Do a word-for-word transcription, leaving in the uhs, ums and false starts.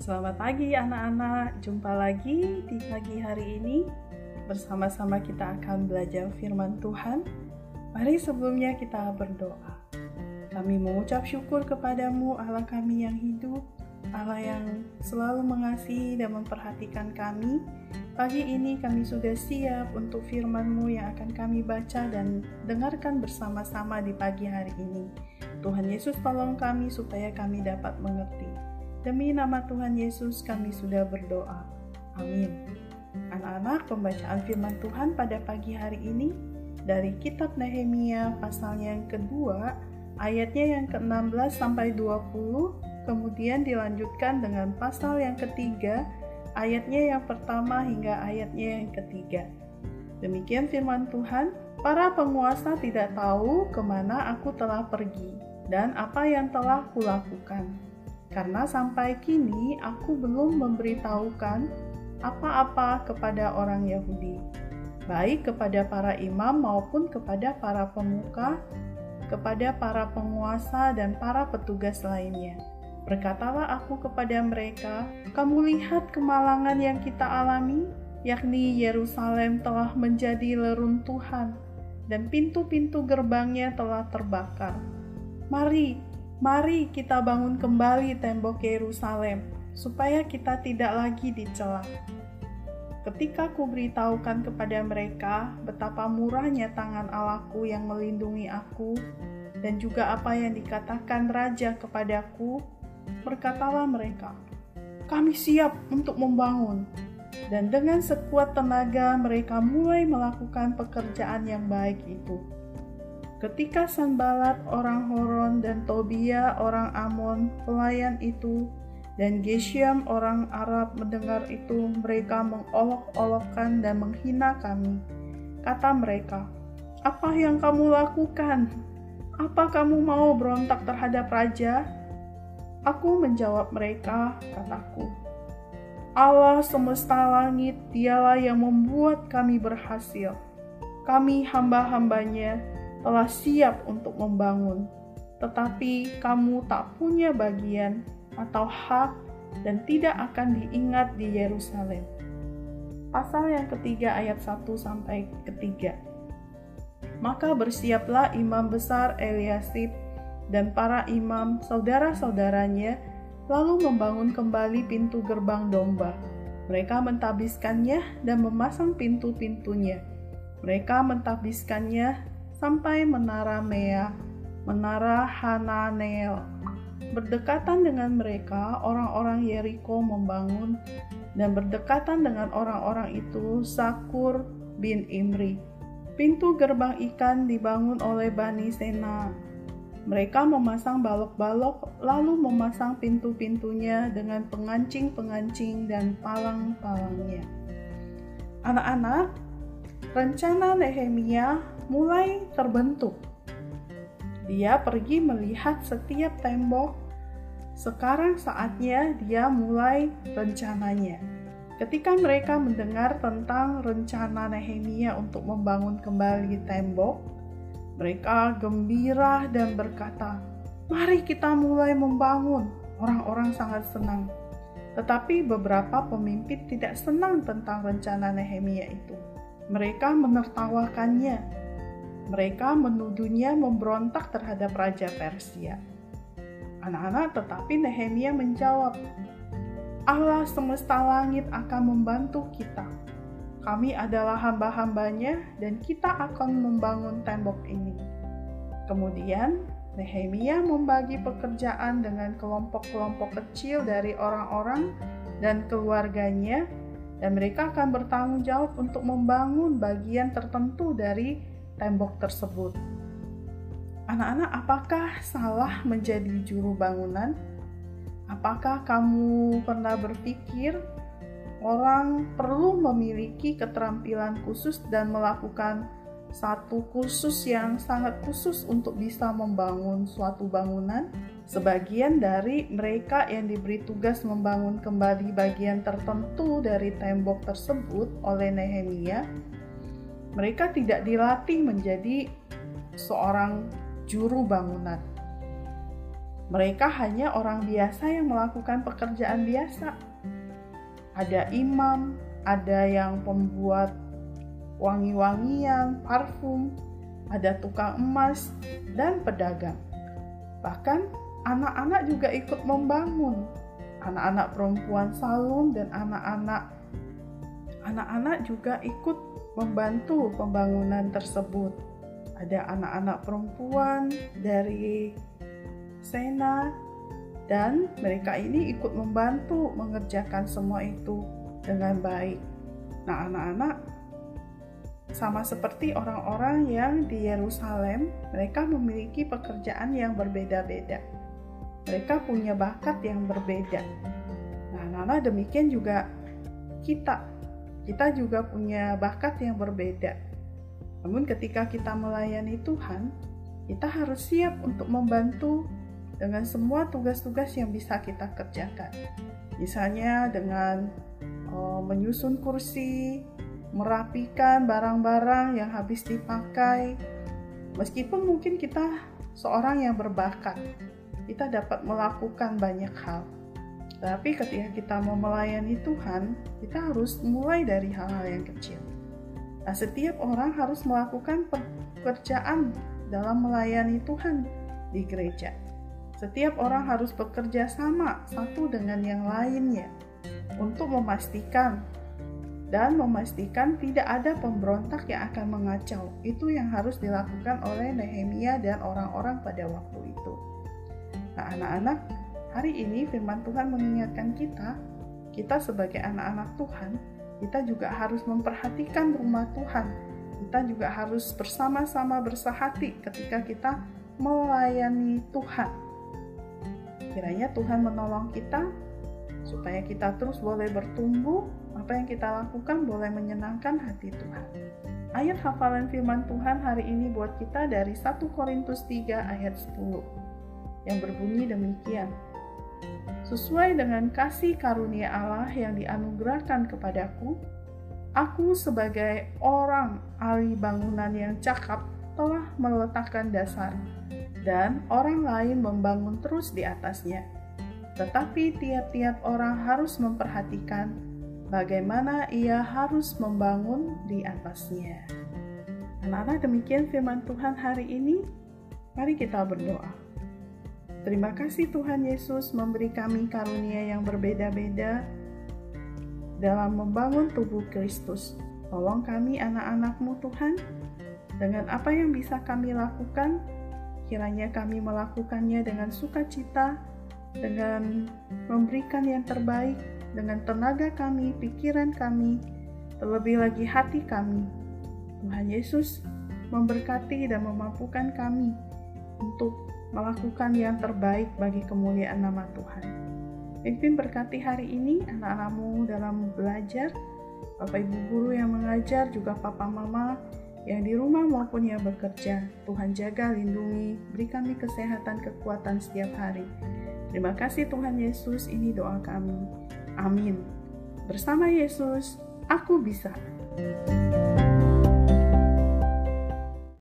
Selamat pagi anak-anak, jumpa lagi di pagi hari ini. Bersama-sama kita akan belajar firman Tuhan. Mari sebelumnya kita berdoa. Kami mengucap syukur kepadamu Allah kami yang hidup, Allah yang selalu mengasihi dan memperhatikan kami. Pagi ini kami sudah siap untuk firman-Mu yang akan kami baca dan dengarkan bersama-sama di pagi hari ini. Tuhan Yesus tolong kami supaya kami dapat mengerti. Demi nama Tuhan Yesus kami sudah berdoa. Amin. Anak-anak, pembacaan firman Tuhan pada pagi hari ini dari kitab Nehemia pasal yang kedua, ayatnya yang ke enam belas sampai dua puluh, kemudian dilanjutkan dengan pasal yang ketiga, ayatnya yang pertama hingga ayatnya yang ketiga. Demikian firman Tuhan, para penguasa tidak tahu kemana aku telah pergi dan apa yang telah kulakukan. Karena sampai kini aku belum memberitahukan apa-apa kepada orang Yahudi, baik kepada para imam maupun kepada para pemuka, kepada para penguasa dan para petugas lainnya. Berkatalah aku kepada mereka, kamu lihat kemalangan yang kita alami, yakni Yerusalem telah menjadi leruntuhan dan pintu-pintu gerbangnya telah terbakar. Mari, mari kita bangun kembali tembok Yerusalem, supaya kita tidak lagi dicela. Ketika ku beritahukan kepada mereka betapa murahnya tangan Allahku yang melindungi aku, dan juga apa yang dikatakan Raja kepadaku, berkatalah mereka, kami siap untuk membangun. Dan dengan sekuat tenaga mereka mulai melakukan pekerjaan yang baik itu. Ketika Sanbalat orang Horon dan Tobia orang Amon pelayan itu dan Geshem orang Arab mendengar itu, mereka mengolok-olokkan dan menghina kami. Kata mereka, apa yang kamu lakukan? Apa kamu mau berontak terhadap raja? Aku menjawab mereka, kataku, Allah semesta langit, dialah yang membuat kami berhasil. Kami hamba-hambanya telah siap untuk membangun, tetapi kamu tak punya bagian atau hak dan tidak akan diingat di Yerusalem. Pasal yang ketiga ayat satu sampai ketiga. Maka bersiaplah imam besar Eliasib dan para imam saudara-saudaranya lalu membangun kembali pintu gerbang domba. Mereka mentabiskannya dan memasang pintu-pintunya. Mereka mentabiskannya sampai menara Mea, menara Hananeel. Berdekatan dengan mereka, orang-orang Yeriko membangun, dan berdekatan dengan orang-orang itu Sakur bin Imri. Pintu gerbang ikan dibangun oleh Bani Sena. Mereka memasang balok-balok, lalu memasang pintu-pintunya dengan pengancing-pengancing dan palang-palangnya. Anak-anak, rencana Nehemia mulai terbentuk. Dia pergi melihat setiap tembok. Sekarang saatnya dia mulai rencananya. Ketika mereka mendengar tentang rencana Nehemia untuk membangun kembali tembok, mereka gembira dan berkata, mari kita mulai membangun. Orang-orang sangat senang. Tetapi beberapa pemimpin tidak senang tentang rencana Nehemia itu. Mereka menertawakannya. Mereka menuduhnya memberontak terhadap Raja Persia. Anak-anak, tetapi Nehemia menjawab, Allah semesta langit akan membantu kita. Kami adalah hamba-hambanya dan kita akan membangun tembok ini. Kemudian Nehemia membagi pekerjaan dengan kelompok-kelompok kecil dari orang-orang dan keluarganya, dan mereka akan bertanggung jawab untuk membangun bagian tertentu dari tembok tersebut. Anak-anak, apakah salah menjadi juru bangunan? Apakah kamu pernah berpikir orang perlu memiliki keterampilan khusus dan melakukan satu kursus yang sangat khusus untuk bisa membangun suatu bangunan? Sebagian dari mereka yang diberi tugas membangun kembali bagian tertentu dari tembok tersebut oleh Nehemia, mereka tidak dilatih menjadi seorang juru bangunan. Mereka hanya orang biasa yang melakukan pekerjaan biasa. Ada imam, ada yang pembuat wangi-wangian, parfum, ada tukang emas, dan pedagang. Bahkan anak-anak juga ikut membangun. Anak-anak perempuan Salum dan anak-anak anak-anak juga ikut membantu pembangunan tersebut. Ada anak-anak perempuan dari Sena, dan mereka ini ikut membantu mengerjakan semua itu dengan baik. Nah, anak-anak sama seperti orang-orang yang di Yerusalem, mereka memiliki pekerjaan yang berbeda-beda. Mereka punya bakat yang berbeda. Nah, anak-anak demikian juga kita. Kita juga punya bakat yang berbeda. Namun ketika kita melayani Tuhan, kita harus siap untuk membantu dengan semua tugas-tugas yang bisa kita kerjakan. Misalnya dengan uh, menyusun kursi, merapikan barang-barang yang habis dipakai. Meskipun mungkin kita seorang yang berbakat, kita dapat melakukan banyak hal. Tapi ketika kita mau melayani Tuhan, kita harus mulai dari hal-hal yang kecil. Nah, setiap orang harus melakukan pekerjaan dalam melayani Tuhan di gereja. Setiap orang harus bekerja sama satu dengan yang lainnya untuk memastikan dan memastikan tidak ada pemberontak yang akan mengacau. Itu yang harus dilakukan oleh Nehemia dan orang-orang pada waktu itu. Nah, anak-anak, hari ini firman Tuhan mengingatkan kita, kita sebagai anak-anak Tuhan, kita juga harus memperhatikan rumah Tuhan. Kita juga harus bersama-sama bersahati ketika kita melayani Tuhan. Kiranya Tuhan menolong kita supaya kita terus boleh bertumbuh, apa yang kita lakukan boleh menyenangkan hati Tuhan. Ayat hafalan firman Tuhan hari ini buat kita dari satu Korintus tiga ayat sepuluh yang berbunyi demikian. Sesuai dengan kasih karunia Allah yang dianugerahkan kepadaku, aku sebagai orang ahli bangunan yang cakap telah meletakkan dasar, dan orang lain membangun terus di atasnya. Tetapi tiap-tiap orang harus memperhatikan bagaimana ia harus membangun di atasnya. Anak-anak, demikian firman Tuhan hari ini. Mari kita berdoa. Terima kasih Tuhan Yesus memberi kami karunia yang berbeda-beda dalam membangun tubuh Kristus. Tolong kami anak-anak-Mu Tuhan, dengan apa yang bisa kami lakukan, kiranya kami melakukannya dengan sukacita, dengan memberikan yang terbaik, dengan tenaga kami, pikiran kami, terlebih lagi hati kami. Tuhan Yesus memberkati dan memampukan kami untuk melakukan yang terbaik bagi kemuliaan nama Tuhan. Pimpin berkati hari ini anak-anak-Mu dalam belajar, Bapak Ibu guru yang mengajar, juga Papa Mama yang di rumah maupun yang bekerja. Tuhan jaga, lindungi, beri kami kesehatan, kekuatan setiap hari. Terima kasih Tuhan Yesus, ini doa kami. Amin. Bersama Yesus, aku bisa.